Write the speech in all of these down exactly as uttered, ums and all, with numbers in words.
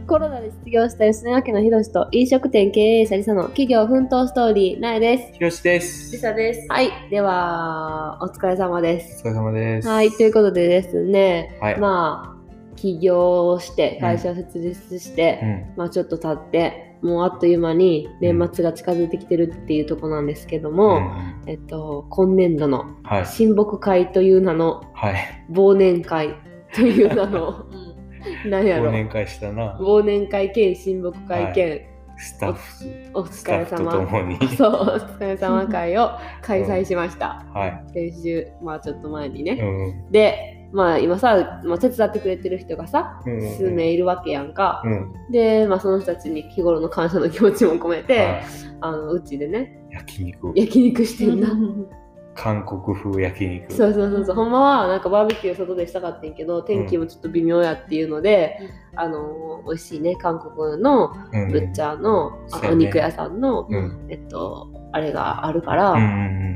コロナで失業した吉野家のひろしと飲食店経営者りさの企業奮闘ストーリーなえです。 ひろしです。 りさです。はい、ではお疲れ様です。 お疲れ様です。 はい、ということでですね、 はい、 まあ起業して会社を設立して、うん、まあちょっと経ってもうあっという間に年末が近づいてきてるっていうところなんですけども、うん、えっと今年度の親睦会という名の、はい、忘年会という名の、うん、何やろ、 忘年会したな。 忘年会兼親睦会兼、はい、 スタッフお疲れ様と共にそうお疲れ様会を開催しました、 うん、はい、 先週まあちょっと前にね、 うん、 でまあ今さ、まあ、手伝ってくれてる人がさ、うん、数名いるわけやんか、うん、で、まあ、その人たちに日頃の感謝の気持ちも込めて、はい、あのうちでね焼肉焼肉してんな韓国風焼肉。 そうそうそうそう、ほんまはなんかバーベキュー外でしたかったんやけど天気もちょっと微妙やっていうので、うん、あの美味しいね韓国のブッチャーの、うん、お肉屋さんの、うん、えっとあれがあるから、うん、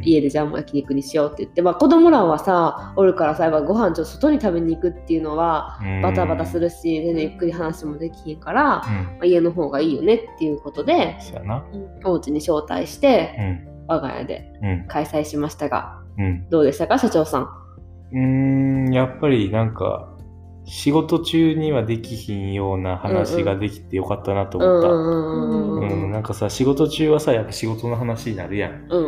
家でじゃあもう焼肉にしようって言って、まあ、子供らはさおるからさご飯ちょっと外に食べに行くっていうのはバタバタするし全然ゆっくり話もできひんから、うんまあ、家の方がいいよねっていうことで、うん、お家に招待して、うん我が家で開催しましたが、うん、どうでしたか社長さん。 うーんやっぱりなんか仕事中にはできひんような話ができてよかったなと思った。うん、なんかさ仕事中はさやっぱ仕事の話になるやん。うん、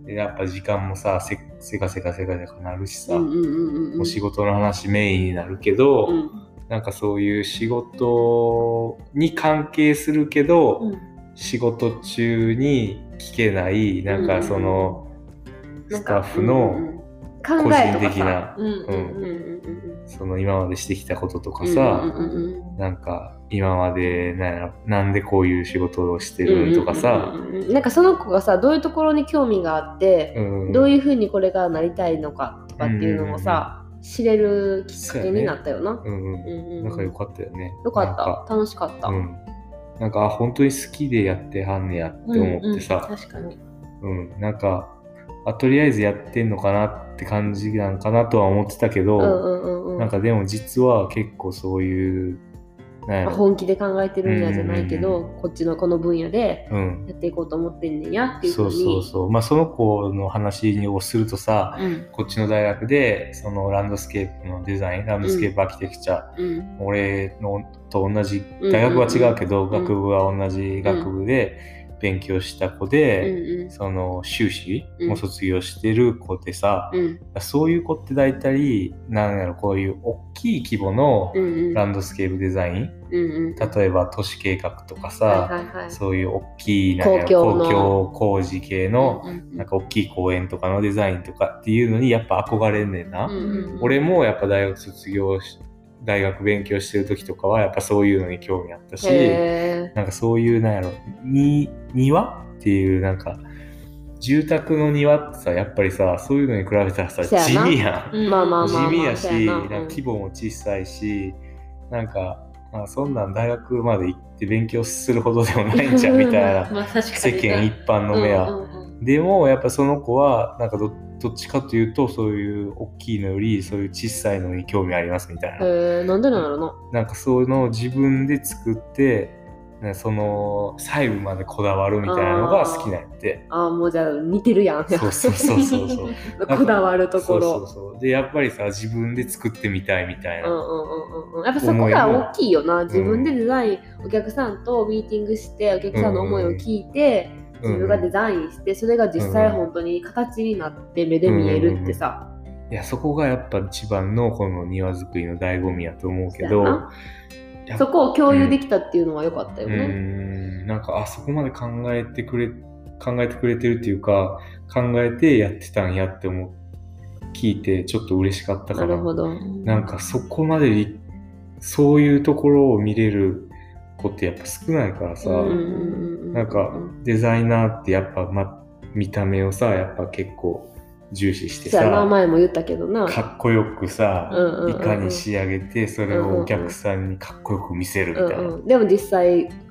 でやっぱ時間もさせせかせかせかせかなるしさ、うんうんうんうん、もう仕事の話メインになるけど、うん、なんかそういう仕事に関係するけど、うん、仕事中に聞けないなんかその、うん、スタッフの個人的なその今までしてきたこととかさ、うんうんうんうん、なんか今までなんやろなんでこういう仕事をしてるとかさ、 うんうんうんうん、なんかその子がさどういうところに興味があって、うん、どういうふうにこれがなりたいのかとかっていうのもさ、うんうん、知れるきっかけになったよな。 うんうんうん、なんか良かったよね。 よかった楽しかった。 うんなんか本当に好きでやってはんねやって思ってさ、 うんうん、確かに、 うん、なんかあとりあえずやってんのかなって感じなんかなとは思ってたけど、うんうんうんうん、なんかでも実は結構そういうなんやろ本気で考えてるんやじゃないけど、うんうんうん、こっちのこの分野でやっていこうと思ってんねんやっていうふうに、 そうそうそうまあその子の話をするとさ、うん、こっちの大学でそのランドスケープのデザインランドスケープアーキテクチャ、うん、俺のと同じ大学は違うけど、うんうんうん、学部は同じ学部で勉強した子で、うんうん、その修士も卒業してる子でさ、うん、そういう子って大体なんやろこういう大きい規模のランドスケープデザイン、うんうん、例えば都市計画とかさ、はいはいはい、そういう大きいなんやろ公共工事系のなんか大きい公園とかのデザインとかっていうのにやっぱ憧れんねんな、うんうんうん、俺もやっぱ大学卒業し大学勉強してる時とかはやっぱそういうのに興味あったし、なんかそういうなんやろに庭っていうなんか住宅の庭ってさやっぱりさそういうのに比べたらさ地味やん、まあまあまあまあ、地味やしなんか規模も小さいし、うん、なんか、まあ、そんなん大学まで行って勉強するほどでもないんちゃうみたいなまあ世間一般の目は、うんうんうん、でもやっぱその子はなんか ど, どっちかというとそういう大きいのよりそういう小さいのに興味ありますみたいな。 へー、なんでなんだろうな。 なんかそういうのを自分で作ってその細部までこだわるみたいなのが好きなんやって。 ああもうじゃあ似てるやん。 そうそうそうそうそうこだわるところ。 そうそうそうでやっぱりさ自分で作ってみたいみたいな、うんうんうんうん、やっぱそこが大きいよな。自分でデザイン、うん、お客さんとミーティングしてお客さんの思いを聞いて、うんうん、自分がデザインしてそれが実際本当に形になって目で見えるってさ、 うんうんうん、いやそこがやっぱ一番のこの庭作りの醍醐味やと思うけどそこを共有できたっていうのは良かったよね、 うん、うんなんかあそこまで考えてくれ考えてくれてるっていうか考えてやってたんやって思う聞いてちょっと嬉しかったから。 なるほど。 なんかそこまでそういうところを見れる子ってやっぱ少ないからさ、うんうんうん、なんかデザイナーってやっぱ、ま、見た目をさやっぱ結構重視してさ名前も言ったけどなかっこよくさ、うんうんうんうん、いかに仕上げてそれをお客さんにかっこよく見せるみたいな、うんうんうん、 でも実際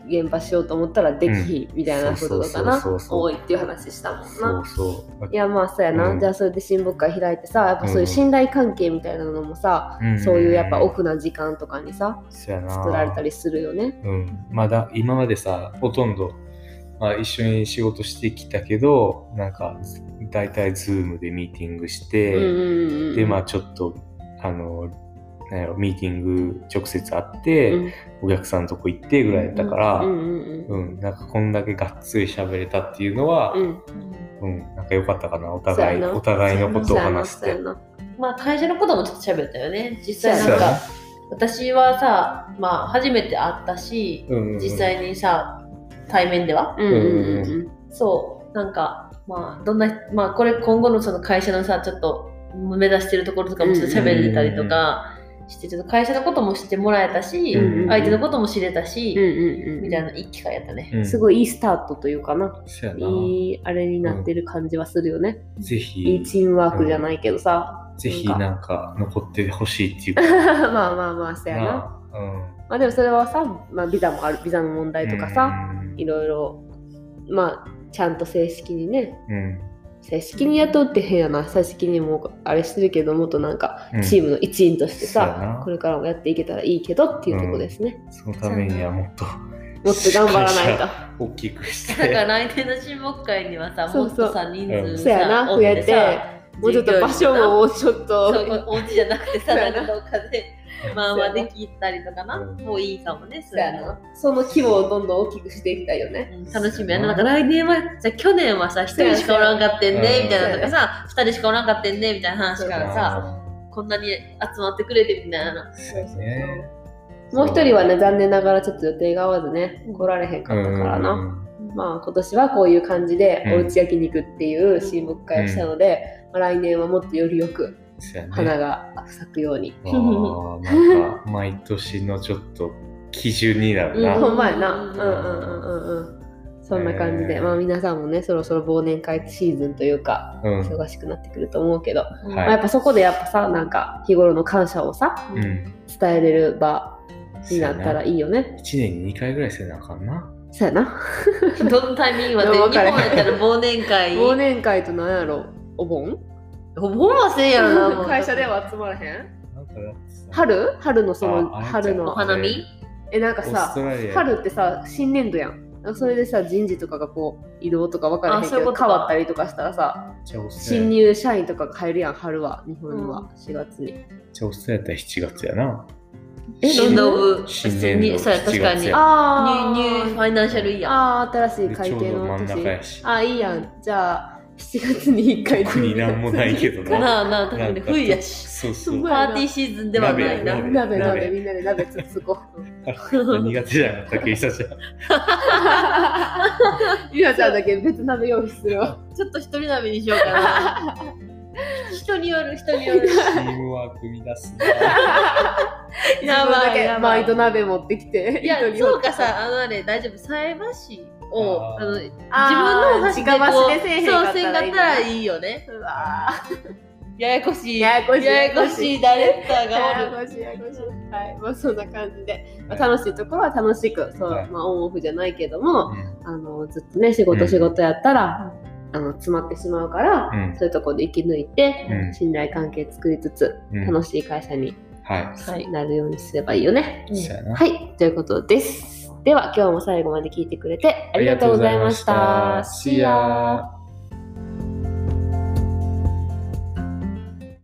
現場しようと思ったらできひんみたいなこととかな多いっていう話したもんな。 そうそういやまあそうやな、うん、じゃあそれで親睦会開いてさやっぱそういう信頼関係みたいなのもさ、うん、そういうやっぱオフな時間とかにさ、うん、作られたりするよね。 うん、まだ今までさほとんど、まあ、一緒に仕事してきたけどなんかだいたい Zoom でミーティングして、うんうんうん、でまあちょっとあのミーティング直接会って、うん、お客さんのとこ行ってぐらいだったから、うんうんうんうん、なんかこんだけがっつり喋れたっていうのは、うんうん、なんか良かったかなお互いお互いのことを話して。 まあ会社のこともちょっと喋ったよね。実際なんか私はさ、まあ初めて会ったし、うんうんうん、実際にさ対面では、うんうんうん、そうなんかまあどんなまあこれ今後のその会社のさちょっと目指してるところとかもちょっと喋れたりとか。うんうんうんうんしてちょっと会社のことも知ってもらえたし、うんうん、相手のことも知れたし、うんうんうん、みたいないい機会やったね、 うん、すごいいいスタートというかな、いいあれになってる感じはするよね、 うん、ぜひいいチームワークじゃないけどさ、 うん、ぜひなんか残ってほしいっていうかまあまあまあそうやな、まあ、うん、まあでもそれはさ、まあ、ビザもあるビザの問題とかさ、うん、いろいろまあちゃんと正式にね、うん正式に雇ってへんやな正式にもあれしてるけどもっとなんかチームの一員としてさ、うん、これからもやっていけたらいいけどっていうところですね、 うん、そのためにはもっともっと頑張らないと大きくしてだから来年の親睦会にはさもっとさ人数さ、うん、やな増えてもうちょっと場所ももうちょっとそうお家じゃなくてさなんかどっかでまあまあできたりとかな、うん、もういいかもねそやなその規模をどんどん大きくしていきたいよね、 うん、楽しみやな。なんか来年はじゃ去年はさひとりしかおらんかってんねみたいなとかさふたりしかおらんかってんねみたいな話からさこんなに集まってくれてみたいな。そうそうねもう一人はね残念ながらちょっと予定が合わずね来られへんかったからな、うん、まあ今年はこういう感じでおうち焼肉っていう親睦会をしたので、うんまあ、来年はもっとよりよく花が咲くように、 ね、なんか毎年のちょっと基準になるな、 うん、ほんまやな、うんうんうんうんうんそんな感じで、えー、まあ皆さんもねそろそろ忘年会シーズンというか、うん、忙しくなってくると思うけど、うんまあ、やっぱそこでやっぱさなんか日頃の感謝をさ、うん、伝えれる場になったらいいよね。 いちねんににかいぐらいせなあかんな。 そうやなどのタイミングまで日本やったら忘年会忘年会と何やろお盆お盆はせんやろな会社では集まらへん春春のその春のお花見えなんかさ春ってさ新年度やんそれでさ人事とかがこう移動とか分からへんけど変わったりとかしたらさ新入社員とかが入るやん春は日本はしがつにじゃあおそやったらしちがつやな新年度新年度そうや確かにあニューニューファイナンシャルイヤーあ新しい会計の年あいいやんじゃあしちがつにいっかい特になんもないけどななあなあ確かに冬やしそうそうパーティーシーズンではないな鍋鍋みんなで鍋つつこう苦手じゃん竹井さんじゃんゆなちゃんだけ別鍋用意するわちょっと一人鍋にしようかな人による人によるチームワーク乱すなやばいやばい毎度鍋持ってきていやそうかさあのあれ大丈夫菜箸をあの自分の箸でこうでせえへんかそうせんかったらいいよね。うわややこしいややこしいややこしいダイレクターがおるややこしいややこしいはいまあそんな感じで、まあ、楽しいところは楽しくそう、はいまあ、オンオフじゃないけども、うん、あのずっとね仕事仕事やったら、うん、あの詰まってしまうから、うん、そういうところで生き抜いて、うん、信頼関係作りつつ、うん、楽しい会社に、はい、なるようにすればいいよね、うん、はいということです。では今日も最後まで聞いてくれてありがとうございました。See ya!